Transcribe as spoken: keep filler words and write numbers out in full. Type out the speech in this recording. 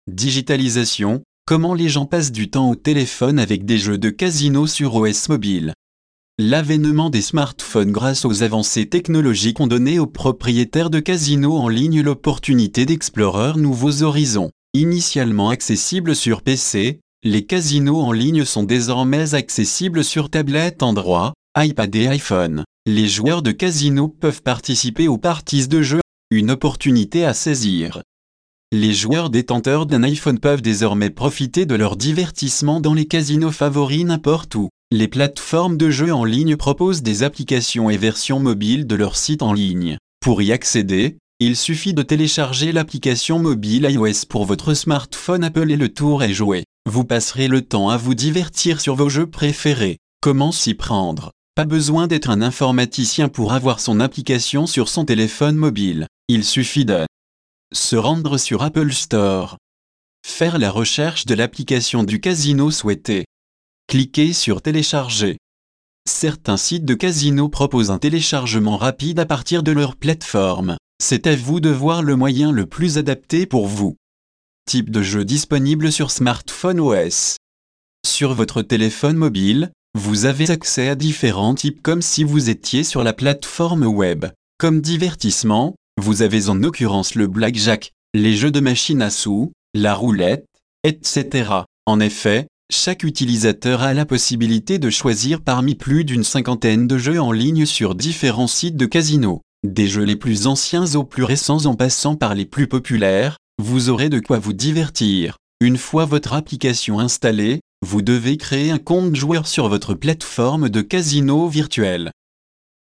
Digitalisation, comment les gens passent du temps au téléphone avec des jeux de casino sur O S mobile. L'avènement des smartphones grâce aux avancées technologiques ont donné aux propriétaires de casinos en ligne l'opportunité d'explorer nouveaux horizons. Initialement accessibles sur P C, les casinos en ligne sont désormais accessibles sur tablette Android, iPad et iPhone. Les joueurs de casinos peuvent participer aux parties de jeu, une opportunité à saisir. Les joueurs détenteurs d'un iPhone peuvent désormais profiter de leur divertissement dans les casinos favoris n'importe où. Les plateformes de jeux en ligne proposent des applications et versions mobiles de leur site en ligne. Pour y accéder, il suffit de télécharger l'application mobile iOS pour votre smartphone Apple et le tour est joué. Vous passerez le temps à vous divertir sur vos jeux préférés. Comment s'y prendre? Pas besoin d'être un informaticien pour avoir son application sur son téléphone mobile. Il suffit de se rendre sur Apple Store, faire la recherche de l'application du casino souhaité, cliquez sur télécharger. Certains sites de casino proposent un téléchargement rapide à partir de leur plateforme. C'est à vous de voir le moyen le plus adapté pour vous. Type de jeu disponible sur smartphone O S. Sur votre téléphone mobile, vous avez accès à différents types comme si vous étiez sur la plateforme web. Comme divertissement, vous avez en l'occurrence le blackjack, les jeux de machine à sous, la roulette, et cetera. En effet, chaque utilisateur a la possibilité de choisir parmi plus d'une cinquantaine de jeux en ligne sur différents sites de casino. Des jeux les plus anciens aux plus récents en passant par les plus populaires, vous aurez de quoi vous divertir. Une fois votre application installée, vous devez créer un compte joueur sur votre plateforme de casino virtuel.